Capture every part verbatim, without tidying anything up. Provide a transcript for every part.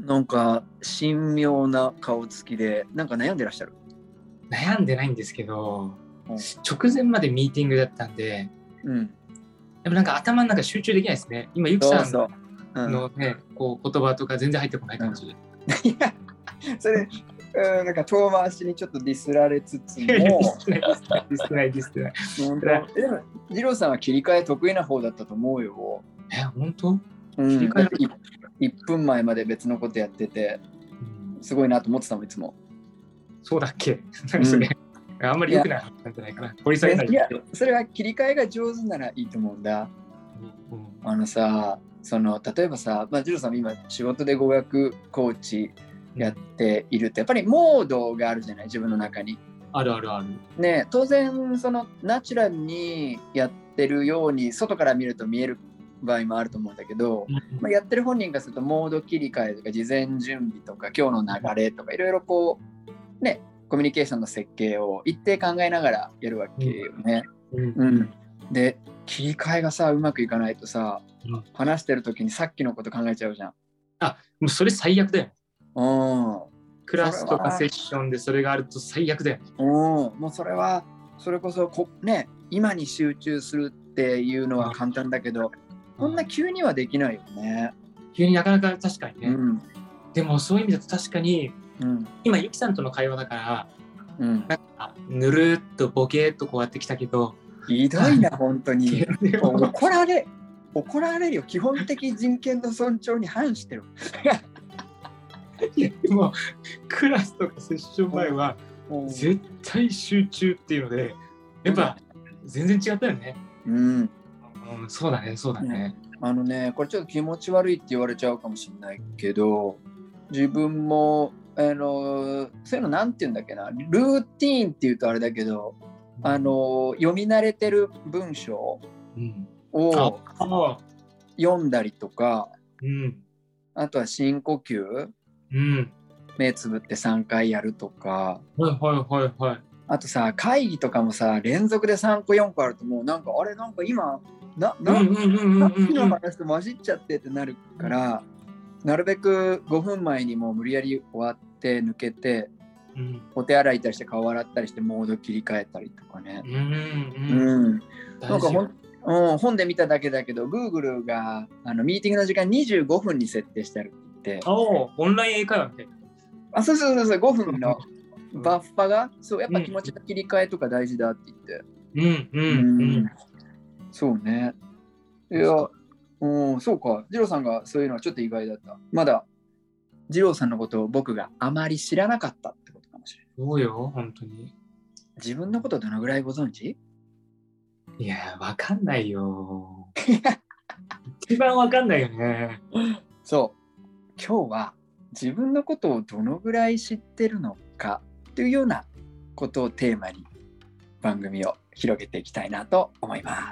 なんか神妙な顔つきで、なんか悩んでらっしゃる？ 悩んでないんですけど、 うん、 直前までミーティングだったんで、 うん、 やっぱなんか頭の中集中できないですね。今、ゆきさんそうそう。うん、 のね、こう言葉とか全然入ってこない感じ。 いや、それ、うん、なんか遠回しにちょっとディスられつついやいや、ディも、 スってない、ディスってない、ディスってない。 本当だからえでも、二郎さんは切り替え得意な方だったと思うよ。 え、本当うん、 切り替える、 だっていっぷんまえまで別のことやってて、 うんすごいなと思ってたもん、いつも。 そうだっけうんそれ、あんまり良くない話なんじゃないかな。掘り下げないいや、 けど。 それは切り替えが上手ならいいと思うんだ。 うんうんあのさ、その例えばさ、まあ、ジローさんも今仕事で語学コーチやっているってやっぱりモードがあるじゃない、自分の中に。 あるあるある。 ね、当然そのナチュラルにやってるように外から見ると見える場合もあると思うんだけど、まあ、やってる本人からするとモード切り替えとか事前準備とか今日の流れとかいろいろこうね、コミュニケーションの設計を一定考えながらやるわけよね。 うんうん、で切り替えがさうまくいかないとさ、 うん話してる時にさっきのこと考えちゃうじゃん。 あ、もうそれ最悪だよ。 うんクラスとかセッションでそれがあると最悪だよ。 うん、もうそれはそれこそこ、ね、今に集中するっていうのは簡単だけど、こんな急にはできないよね。 急になかなか確かにね。 うん、 でもそういう意味だと確かに、 うん、 今ゆきさんとの会話だから、 うん、 なんかぬるっとボケーっとこうやってきたけど、 ひどいな本当に。 でも怒られ怒られるよ。基本的人権の尊重に反してる。 いやでもクラスとかセッション前は絶対集中っていうので、やっぱ全然違ったよね。 うん、 うん、そうだね、そうだね。 あのね、これちょっと気持ち悪いって言われちゃうかもしれないけど、自分もあのそういうのなんて言うんだっけな、ルーティーンって言うとあれだけど、あの読み慣れてる文章を読んだりとか、 うん、 あとは深呼吸、 うん、 目つぶってさんかいやるとか、 はいはいはいはい。 あとさ会議とかもさ連続でさんこよんこあるともうなんかあれなんか今ななさっきの話と混じっちゃってってなるから、なるべくごふんまえにもう無理やり終わって抜けて、うん、お手洗い行ったりして顔洗ったりしてモード切り替えたりとかね。 うんうんうん、なんかほん、うん、本で見ただけだけど Google があのミーティングの時間にじゅうごふんに設定してあるって言って、 おオンライン英会話みたいな。 あ、そうそうそうそう、ごふんのバッファが、そうやっぱ気持ちの切り替えとか大事だって言って。 うんうんうん。 そうね。いや、うん、そうか。二郎さんがそういうのはちょっと意外だった。まだ二郎さんのことを僕があまり知らなかったってことかもしれない。 そうよ、本当に。 自分のことどのぐらいご存知？ いや、わかんないよ。一番わかんないよね。 そう。今日は自分のことをどのぐらい知ってるのかというようなことをテーマに番組を広げていきたいなと思います。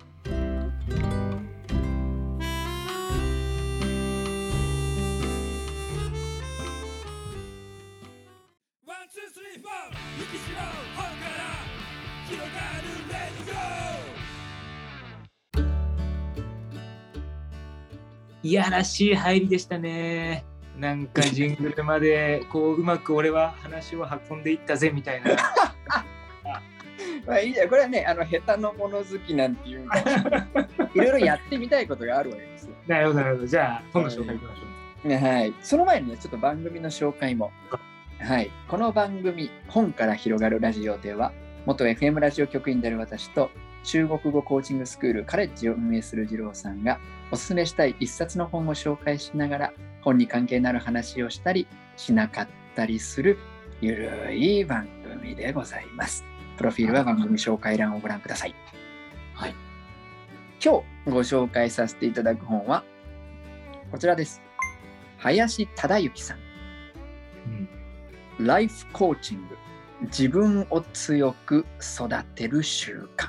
いやらしい入りでしたね。なんかジングルまでこううまく俺は話を運んでいったぜみたいな。 まあいいじゃん。これはね、あの下手の物好きなんていうかいろいろやってみたいことがあるわけですよ。 なるほどなるほど。じゃあ本の紹介いきましょう。 ね、はい。その前にね、ちょっと番組の紹介も。はい。この番組、本から広がるラジオでは、元 エフエム ラジオ局員である私と、中国語コーチングスクールカレッジを運営する二郎さんが、おすすめしたい一冊の本を紹介しながら、本に関係のある話をしたり、しなかったりする、ゆるい番組でございます。プロフィールは番組紹介欄をご覧ください。はい。今日ご紹介させていただく本は、こちらです。林忠之さん。うん、ライフコーチング。自分を強く育てる習慣。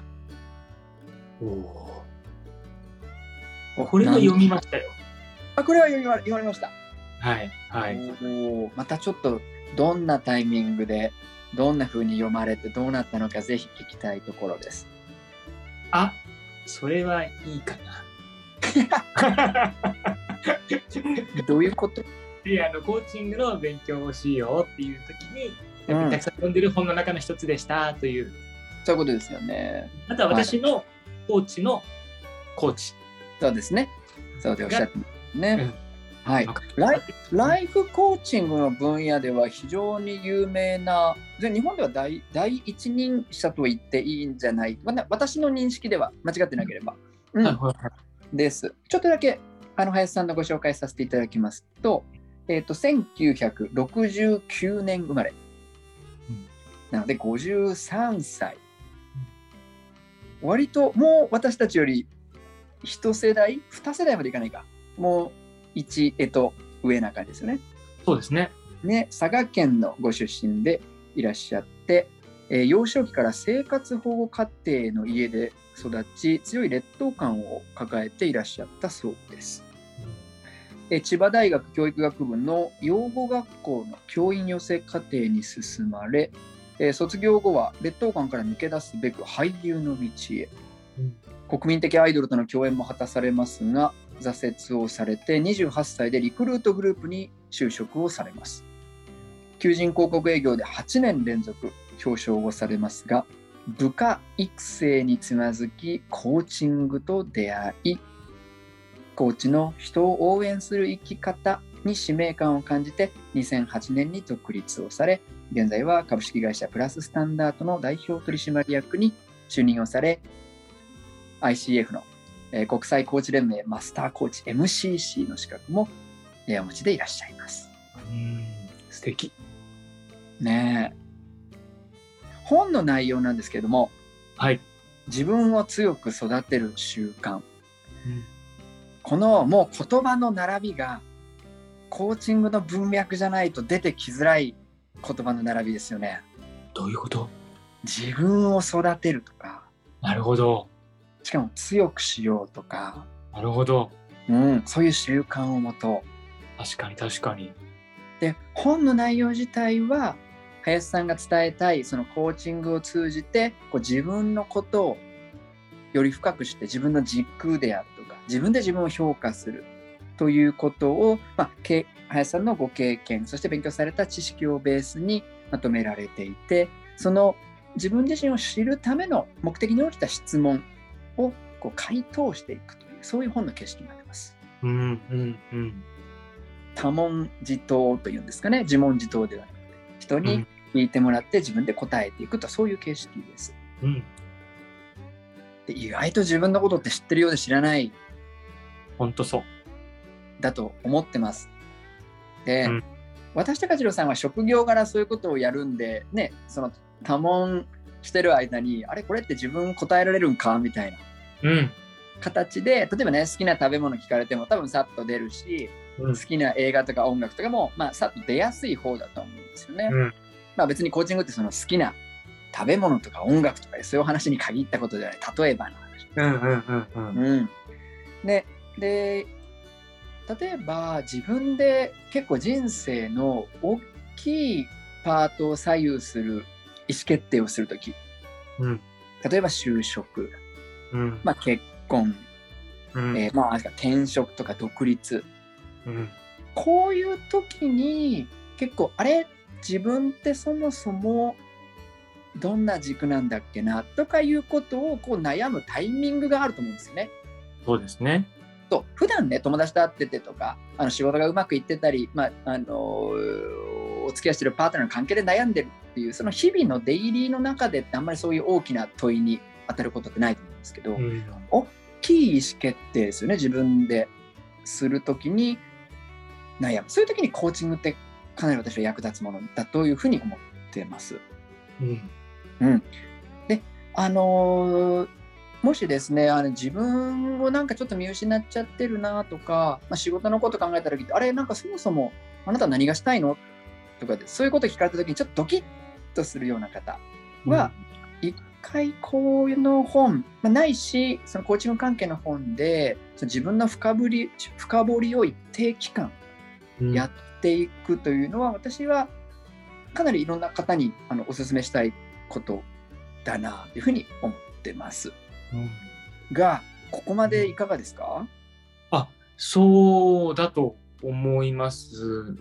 おお。これは読みましたよ。 あ、これは読みま、読みました。 はいはい。 おまたちょっとどんなタイミングでどんな風に読まれてどうなったのかぜひ聞きたいところです。 あ、それはいいかな。 どういうこと？ であのコーチングの勉強をしようっていう時に、うん、たくさん読んでる本の中の一つでしたという、 そういうことですよね。 あとは私のコーチのコーチ、 はい、そうですね。そうでおっしゃってますね。うん、はい。ライ、ライフコーチングの分野では非常に有名な、日本では 第, 第一人者と言っていいんじゃない、私の認識では間違ってなければ、うん、です。ちょっとだけあの林さんのご紹介させていただきますと、えーと、せんきゅうひゃくろくじゅうきゅうねん生まれ、うん、なのでごじゅうさんさい、割ともう私たちより一世代二世代までいかないか、もう一えと上な感じですよね。 そうですね。 ね、佐賀県のご出身でいらっしゃって、えー、幼少期から生活保護家庭の家で育ち、強い劣等感を抱えていらっしゃったそうです。えー、千葉大学教育学部の養護学校の教員養成課程に進まれ、えー、卒業後は劣等感から抜け出すべく俳優の道へ、うん、国民的アイドルとの共演も果たされますが、挫折をされてにじゅうはっさいでリクルートグループに就職をされます。求人広告営業ではちねん連続表彰をされますが、部下育成につまずきコーチングと出会い、コーチの人を応援する生き方に使命感を感じてにせんはちねんに独立をされ、現在は株式会社プラススタンダードの代表取締役に就任をされ、 アイシーエフ の国際コーチ連盟マスターコーチ エムシーシー の資格もお持ちでいらっしゃいます。 うーん、素敵ねえ。本の内容なんですけれども、 はい、 自分を強く育てる習慣、うん、このもう言葉の並びがコーチングの文脈じゃないと出てきづらい言葉の並びですよね。 どういうこと？ 自分を育てるとか、 なるほど、 しかも強くしようとか、 なるほど、 うん、そういう習慣をもと、 確かに確かに。 で、本の内容自体は林さんが伝えたいそのコーチングを通じてこう自分のことをより深くして自分の軸であるとか、自分で自分を評価するということを、まあ、林さんのご経験、そして勉強された知識をベースにまとめられていて、その自分自身を知るための目的に応じた質問をこう回答していくという、そういう本の形式になっています。 うんうんうん。 多問自答というんですかね、自問自答ではなくて人に聞いてもらって自分で答えていくと、そういう形式です。 うん、 で意外と自分のことって知ってるようで知らない。 本当そうだと思ってます。で、うん、私とか次郎さんは職業柄そういうことをやるんでね、その多問してる間にあれこれって自分答えられるんかみたいな、うん、形で、例えばね、好きな食べ物聞かれても多分さっと出るし、うん、好きな映画とか音楽とかも、まあ、さっと出やすい方だと思うんですよね。うん、まあ、別にコーチングってその好きな食べ物とか音楽とかそういう話に限ったことじゃない、例えばの話。 うんうんうんうんうん、 で、で例えば自分で結構人生の大きいパートを左右する意思決定をするとき、うん、例えば就職、うんまあ、結婚、うんえーまあ、転職とか独立、うん、こういう時に結構あれ自分ってそもそもどんな軸なんだっけなとかいうことをこう悩むタイミングがあると思うんですよね。 そうですね。 と普段ね、友達と会っててとか、あの仕事がうまくいってたり、まああのお付き合いしてるパートナーの関係で悩んでるっていうその日々のデイリーの中でってあんまりそういう大きな問いに当たることってないと思うんですけど、うん、大きい意思決定ですよね、自分でするときに悩む。そういうときにコーチングってかなり私は役立つものだというふうに思ってます。うんうん、で、あのー、もしですね、あの自分をなんかちょっと見失っちゃってるなとか、まあ、仕事のこと考えた時ってあれなんかそもそもあなた何がしたいのとかでそういうこと聞かれた時にちょっとドキッとするような方は、うん、一回こういうの本、まあ、ないしそのコーチング関係の本でその自分の深掘り深掘りを一定期間やっていくというのは、うん、私はかなりいろんな方にあのお勧めしたいことだなというふうに思ってます、うん、がここまでいかがですか？ あ、そうだと思います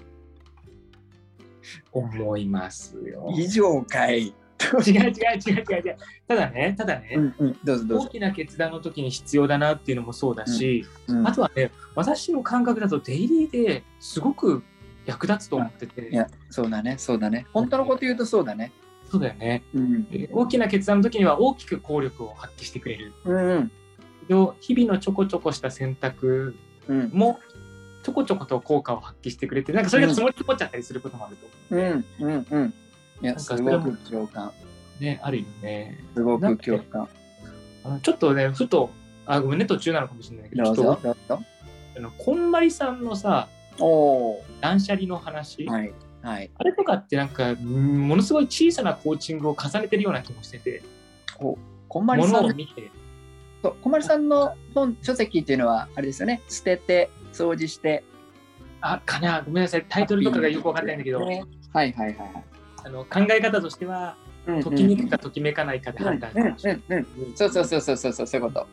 思いますよ。 以上かい。 違う違う違う違う違う。ただね、ただね、 うんうん、どうぞどうぞ。 大きな決断の時に必要だなっていうのもそうだし、 うんうん、 あとはね、私の感覚だとデイリーですごく役立つと思ってて。 いや、そうだね、そうだね。本当のこと言うとそうだね。 そうだよね。 うん、 大きな決断の時には大きく効力を発揮してくれる。 うんうん、 日々のちょこちょこした選択もちょこちょこと効果を発揮してくれて、なんかそれが積もり積もっちゃったりすることもあると思う。 うんうんうん。いや、すごく共感。 ね、あるよね。 すごく共感。 あのちょっとね、ふと、あ、ごめんね、途中なのかもしれないけど、 どうぞどうぞ。 あのこんまりさんのさ、 お断捨離の話、 はいはい、 あれとかってなんかものすごい小さなコーチングを重ねてるような気もしてて、 おこんまりさん、 物を見て、 そうこんまりさんの本書籍っていうのはあれですよね、捨てて掃除して、 あかな、ごめんなさい、タイトルとかがよく分かってないんだけど、 ね、はいはいはい、 あの考え方としては、ときめくかときめかないかで判断しました。 そうそうそうそうそうそうそういうこと。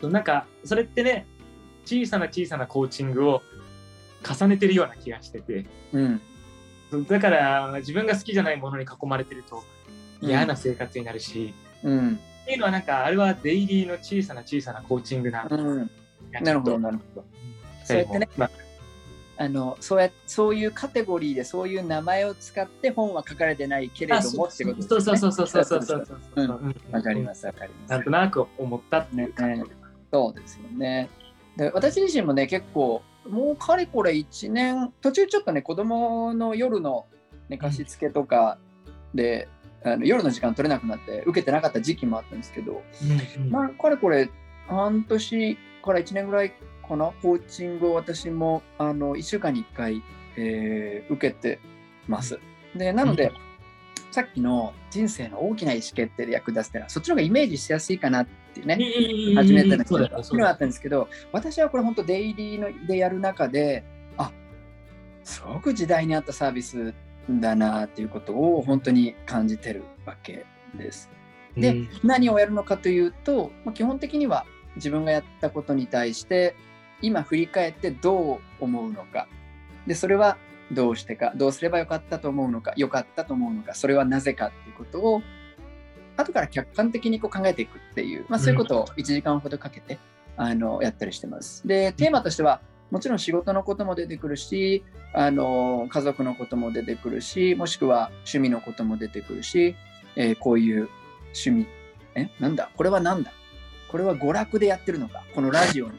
なんかそれってね、小さな小さなコーチングを重ねてるような気がしてて、 うん、 だから自分が好きじゃないものに囲まれてると嫌な生活になるし、 うん、 っていうのはなんかあれはデイリーの小さな小さなコーチングな、 うん、なるほどなるほど。そうやってね、 まあ、 あのそうやそういうカテゴリーでそういう名前を使って本は書かれてないけれどもってことですね。 そうそうそうそうそうそうそうそう。 わかりますわかります。 なんとなく思ったっていう感じ、ね。 そうですよね。で私自身もね結構もうかれこれいちねん途中ちょっとね子供の夜の寝かしつけとかで、うん、あの夜の時間取れなくなって受けてなかった時期もあったんですけど、うんうん、まあかれこれ半年からいちねんぐらいかな、コーチングを私もあのいっしゅうかんにいっかい、えー、受けてます。でなので、うん、さっきの人生の大きな意思決定で役立つっていうのはそっちの方がイメージしやすいかなっていうね、初めての人がいるのがあったんですけど、私はこれ本当デイリーのでやる中で、あ、すごく時代に合ったサービスだなっていうことを本当に感じてるわけです。で、うん、何をやるのかというと、まあ、基本的には自分がやったことに対して今振り返ってどう思うのか、でそれはどうしてか、どうすればよかったと思うのか、よかったと思うのか、それはなぜかっていうことを後から客観的にこう考えていくっていう、まあ、そういうことをいちじかんほどかけて、うん、あのやったりしてます。でテーマとしてはもちろん仕事のことも出てくるし、あの家族のことも出てくるし、もしくは趣味のことも出てくるし、えー、こういう趣味えなんだこれはなんだこれは娯楽でやってるのか、このラジオに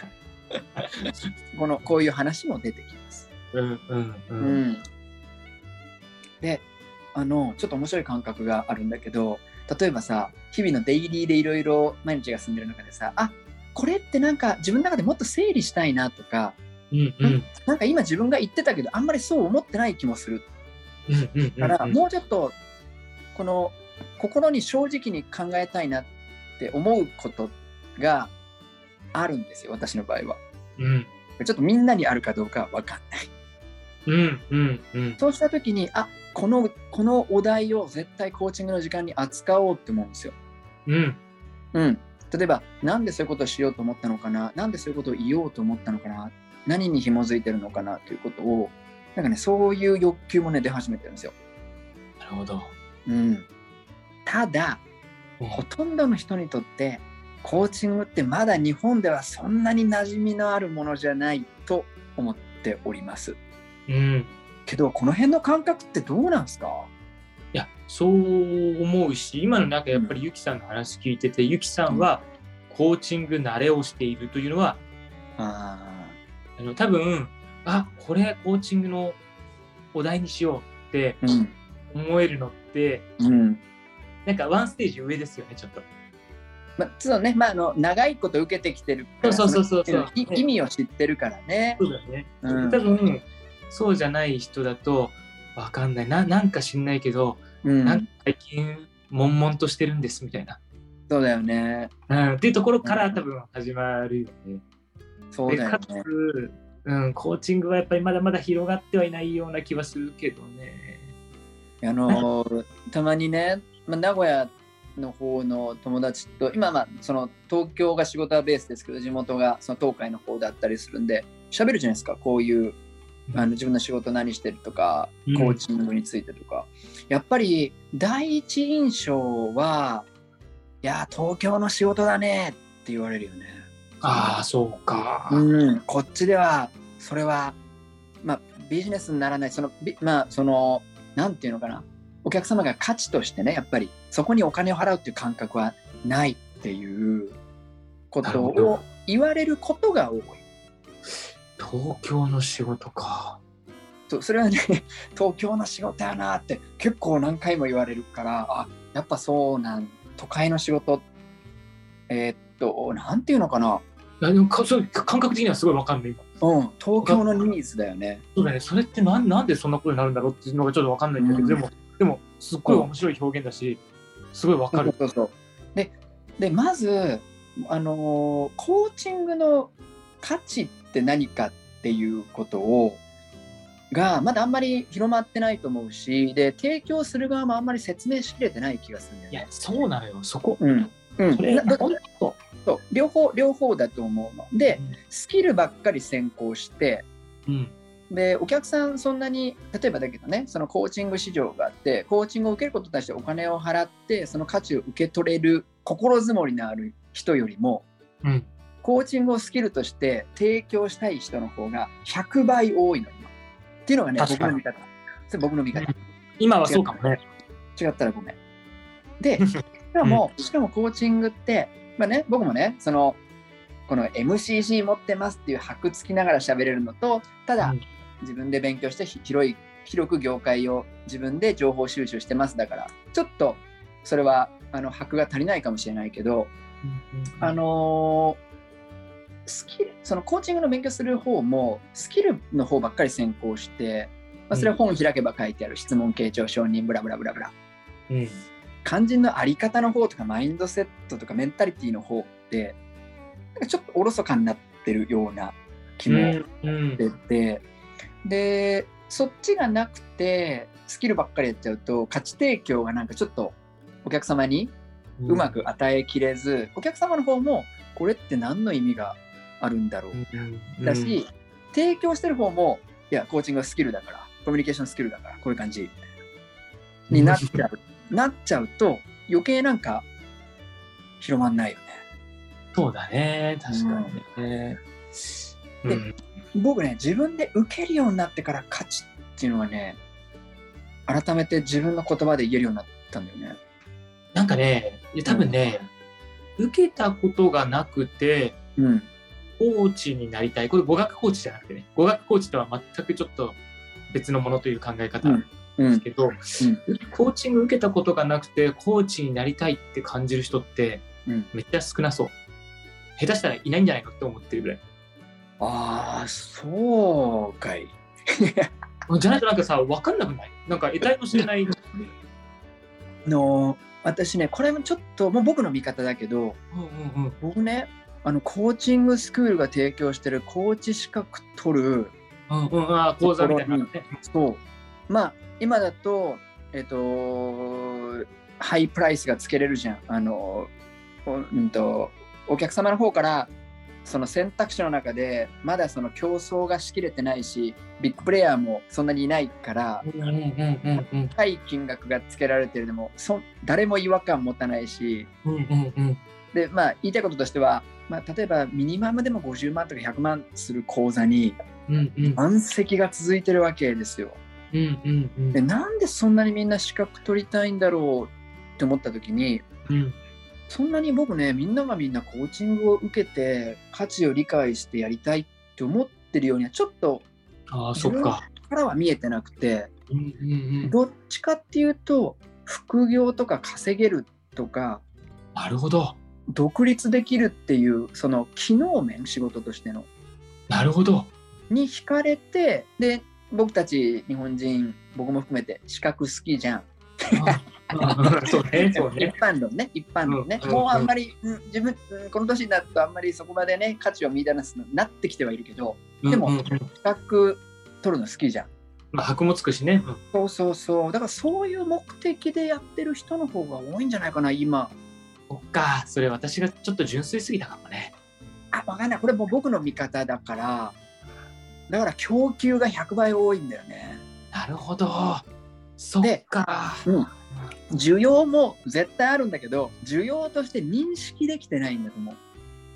このこういう話も出てきます。 うんうんうんうん、 であのちょっと面白い感覚があるんだけど、例えばさ日々のデイリーでいろいろ毎日が進んでる中でさ、あこれってなんか自分の中でもっと整理したいなとか、 うんうん、 なんか今自分が言ってたけどあんまりそう思ってない気もする、 うんうんうんうん、 だからもうちょっとこの心に正直に考えたいなって思うことがあるんですよ、私の場合は、 うん、 ちょっとみんなにあるかどうかは分かんない、 うんうんうん、 そうした時にあこのこのお題を絶対コーチングの時間に扱おうって思うんですよ、 うんうん、例えばなんでそういうことをしようと思ったのかな、なんでそういうことを言おうと思ったのかな、何に紐づいてるのかなということをなんかね、そういう欲求もね出始めてるんですよ。 なるほど、 うん、ただ、うん、ほとんどの人にとってコーチングってまだ日本ではそんなに馴染みのあるものじゃないと思っております、 うん、 けどこの辺の感覚ってどうなんですか？ いやそう思うし、今のなんかやっぱりゆきさんの話聞いてて、ゆきさんはコーチング慣れをしているというのは、うん、ああの多分あこれコーチングのお題にしようって思えるのって、うん、なんかワンステージ上ですよね、ちょっと。 まあ、そうね、まあ、あの長いこと受けてきてるから、 そうそうそうそう、 意味を知ってるからね。 そうだね、うん、多分そうじゃない人だと分かんないな、なんか知んないけど、うん、なんか最近悶々としてるんですみたいな。 そうだよね、 うん、っていうところから多分始まるよね、うん、 そうだよね。 でかつ、うん、コーチングはやっぱりまだまだ広がってはいないような気はするけどね。 あのたまにね、まあ、名古屋の方の友達と今まあその東京が仕事はベースですけど地元がその東海の方だったりするんで喋るじゃないですか、こういうあの自分の仕事何してるとか、 うんコーチングについてとか、やっぱり第一印象はいや東京の仕事だねって言われるよね。 ああ、そうか。 うん、こっちではそれはまあビジネスにならない、そのビまあそのなんていうのかな、お客様が価値としてね、やっぱりそこにお金を払うっていう感覚はないっていうことを言われることが多い。 東京の仕事か。 そう、それはね東京の仕事やなって結構何回も言われるから、あ、やっぱそうなん、都会の仕事えーっとなんていうのかな、 いやでもかそう感覚的にはすごい分かんない。 うん、東京のニーズだよね。 そうだね。それってなんなんでそんなことになるんだろうっていうのがちょっと分かんないんだけど、 うん、 でもでもすっごい面白い表現だし、すごい分かる。 そうそうそう。で、でまずあのーコーチングの価値って何かっていうことをがまだあんまり広まってないと思うし、で提供する側もあんまり説明しきれてない気がするんだよね。 いや、そうなのよ。そこ。 うんうん、 それな本当そう両方両方だと思うので、 うんスキルばっかり先行してうんでお客さんそんなに、例えばだけどね、そのコーチング市場があってコーチングを受けることに対してお金を払ってその価値を受け取れる心づもりのある人よりも、 うんコーチングをスキルとして提供したい人の方がひゃくばい多いの今っていうのがね、 確かに僕の見方。それ僕の見方、 うん今はそうかもね。 違ったらごめん。で、しかも、しかもコーチングって、まあね、僕もね、その、この エムシーシー 持ってますっていう箔つきながら喋れるのと、ただ、 うん自分で勉強して広い、広く業界を自分で情報収集してますだから、ちょっとそれはあの箔が足りないかもしれないけど、あのースキル、そのコーチングの勉強する方もスキルの方ばっかり先行して、まあ、それは本開けば書いてある質問傾聴承認ブラブラブラブラ、 うん肝心のあり方の方とかマインドセットとかメンタリティの方ってなんかちょっとおろそかになってるような気もしてて、でそっちがなくてスキルばっかりやっちゃうと価値提供がなんかちょっとお客様にうまく与えきれず、お客様の方もこれって何の意味があるんだろうだし、提供してる方もいやコーチングはスキルだからコミュニケーションスキルだからこういう感じになっちゃうなっちゃうと余計なんか広まんないよね。 そうだね、確かにね。 うん、で、僕ね、自分で受けるようになってから価値っていうのはね、改めて自分の言葉で言えるようになったんだよね。 なんかね、多分ね、うん、受けたことがなくて、 うん、 コーチになりたい。これ語学コーチじゃなくてね、語学コーチとは全くちょっと別のものという考え方ですけど、うんうん、コーチング受けたことがなくてコーチになりたいって感じる人ってめっちゃ少なそう。下手したらいないんじゃないのって思ってるぐらい。 ああ、そうかい。 じゃないとなんかさ、分かんなくない？なんか得体の知れない。 の私ね、これもちょっともう僕の見方だけど、 うんうんうん、 僕ね、あのコーチングスクールが提供してるコーチ資格取る、 うんうん、あ講座みたいなのね。 そう。まあ今だとえっとハイプライスがつけれるじゃん。あの、うんとお客様の方からその選択肢の中でまだその競争がしきれてないしビッグプレイヤーもそんなにいないから高い金額がつけられてるでもそ誰も違和感持たないし、 うんうんうん、 でまあ言いたいこととしては、まあ、例えばミニマムでもごじゅうまんとかひゃくまんする講座に満席が続いてるわけですよ、 うんうんうん、 でなんでそんなにみんな資格取りたいんだろうって思った時に、 うんそんなに僕ね、みんながみんなコーチングを受けて価値を理解してやりたいって思ってるようにはちょっと自分からは見えてなくて、 うんうんうん、 どっちかっていうと副業とか稼げるとか、 なるほど、 独立できるっていうその機能面、仕事としてのなるほどに惹かれて、で僕たち日本人、僕も含めて資格好きじゃん。 そうねそうね、 一般論ね、一般論ね、うん、もうあんまり、うん、自分、うん、この年になるとあんまりそこまでね、価値を見出すのになってきてはいるけど、でも、うんうん、資格取るの好きじゃん。 まあ、箔もつくしね、 うん。そうそうそう。だからそういう目的でやってる人の方が多いんじゃないかな、今。 そっか、それ私がちょっと純粋すぎたかもね。 あ、わかんない。これもう僕の見方だから、 だから供給がひゃくばい多いんだよね。 なるほど。そっか。 うん、需要も絶対あるんだけど、需要として認識できてないんだと思う。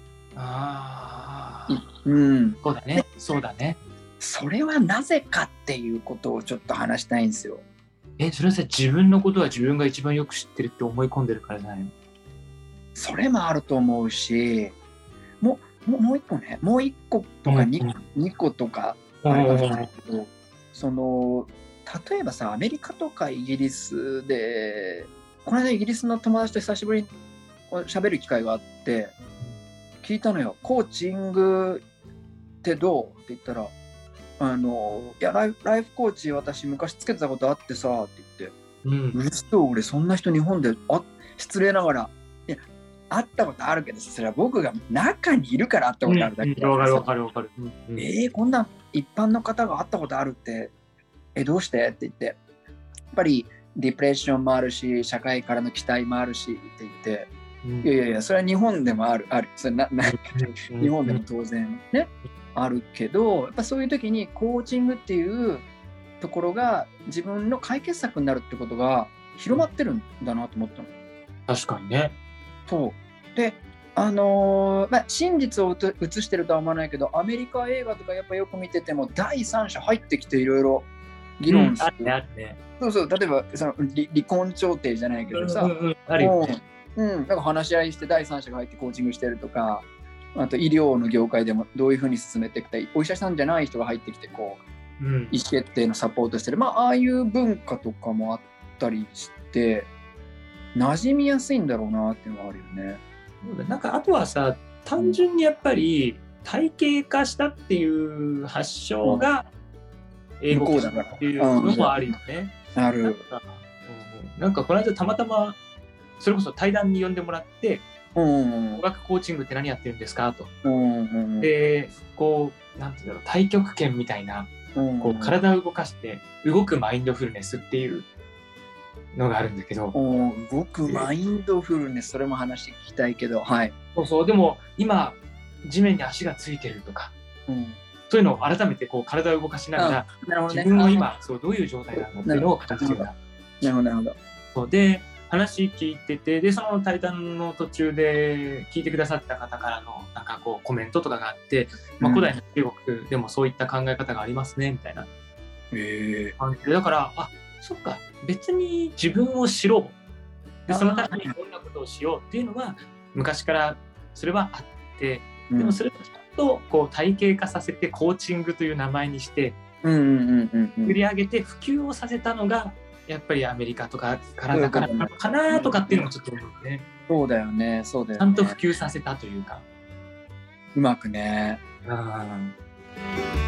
ああ、 うん、 そうだね。そうだね。 それはなぜかっていうことをちょっと話したいんですよ。 え、それはさ、自分のことは自分が一番よく知ってるって思い込んでるからじゃないの？ それもあると思うし、もう、もう、もう一個ね、もう一個とか 2,、うん、にこ、とかあるかもしれないけど、その、例えばさ、アメリカとかイギリスで、この間イギリスの友達と久しぶりに喋る機会があって、聞いたのよ。コーチングってどうって言ったら、あのいやライフ、ライフコーチ私昔つけてたことあってさって言って、うん、うるせえ俺そんな人日本であ失礼ながらいや会ったことあるけどそれは僕が中にいるから会ったことあるだけだから、 うん、分かる分かる分かる、 うん、えー、こんな一般の方が会ったことあるってえどうしてって言って、やっぱりディプレッションもあるし社会からの期待もあるしって言って、うん、いやいやいやそれは日本でもあるあるそれなな日本でも当然ねあるけど、やっぱそういう時にコーチングっていうところが自分の解決策になるってことが広まってるんだなと思ったの。 確かにね。 そうで、あのーまあ、真実を映してるとは思わないけど、アメリカ映画とかやっぱよく見てても第三者入ってきていろいろ議論する、 うん、あるねあるね。 そうそう、例えばその 離, 離婚調停じゃないけどさ、 うんうんうん、あるよね。 うん、なんか話し合いして第三者が入ってコーチングしてるとか、あと医療の業界でもどういうふうに進めていくか、お医者さんじゃない人が入ってきてこう、うん、意思決定のサポートしてる、まあああいう文化とかもあったりして馴染みやすいんだろうなっていうのがあるよね。 なんかあとはさ、単純にやっぱり体系化したっていう発祥が英語だからっていうのもあるよね。 うん、ある。 なんか、うん、なんかこの間たまたまそれこそ対談に呼んでもらって。語学コーチングって何やってるんですかと、うんうん、でこうなんていうんだろう太極拳みたいな、うん、こう体を動かして動くマインドフルネスっていうのがあるんだけど、 動くマインドフルネス、それも話聞きたいけど、はい。 そうそう、でも今地面に足がついてるとか、うん、そういうのを改めてこう体を動かしながら、なるほどね、自分は今そうどういう状態なのっていうのを形が、 なるほどなるほど。 そうで話聞いてて、でその対談の途中で聞いてくださった方からのなんかこうコメントとかがあって、まあ、古代の中国でもそういった考え方がありますねみたいな感じで、だからあそっか別に自分を知ろうでそのためにこんなことをしようっていうのは昔からそれはあって、でもそれをちょっとこう体系化させてコーチングという名前にして作り上げて普及をさせたのがやっぱりアメリカとかからだからなのかなとかっていうのもちょっと思うね。 そうだよね、そうだよね。 ちゃんと普及させたというか。 うまくね。 うん。